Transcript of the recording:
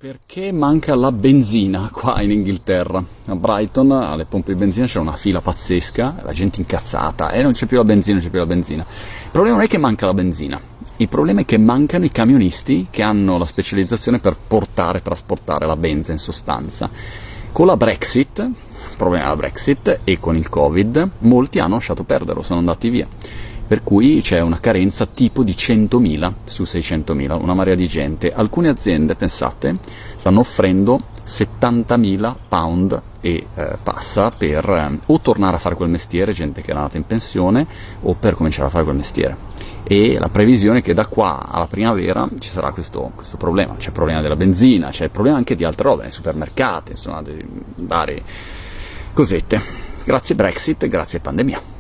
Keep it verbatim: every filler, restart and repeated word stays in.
Perché manca la benzina qua in Inghilterra? A Brighton alle pompe di benzina c'è una fila pazzesca, la gente incazzata, e eh, non c'è più la benzina, non c'è più la benzina. Il problema non è che manca la benzina, il problema è che mancano i camionisti che hanno la specializzazione per portare, trasportare la benza in sostanza. Con la Brexit, il problema della Brexit e con il Covid, molti hanno lasciato perdere, sono andati via. Per cui c'è una carenza tipo di centomila su seicentomila, una marea di gente. Alcune aziende, pensate, stanno offrendo settantamila pound e eh, passa per eh, o tornare a fare quel mestiere, gente che era andata in pensione, o per cominciare a fare quel mestiere. E la previsione è che da qua alla primavera ci sarà questo, questo problema. C'è il problema della benzina, c'è il problema anche di altre robe, nei supermercati, insomma, di varie cosette. Grazie Brexit e grazie pandemia.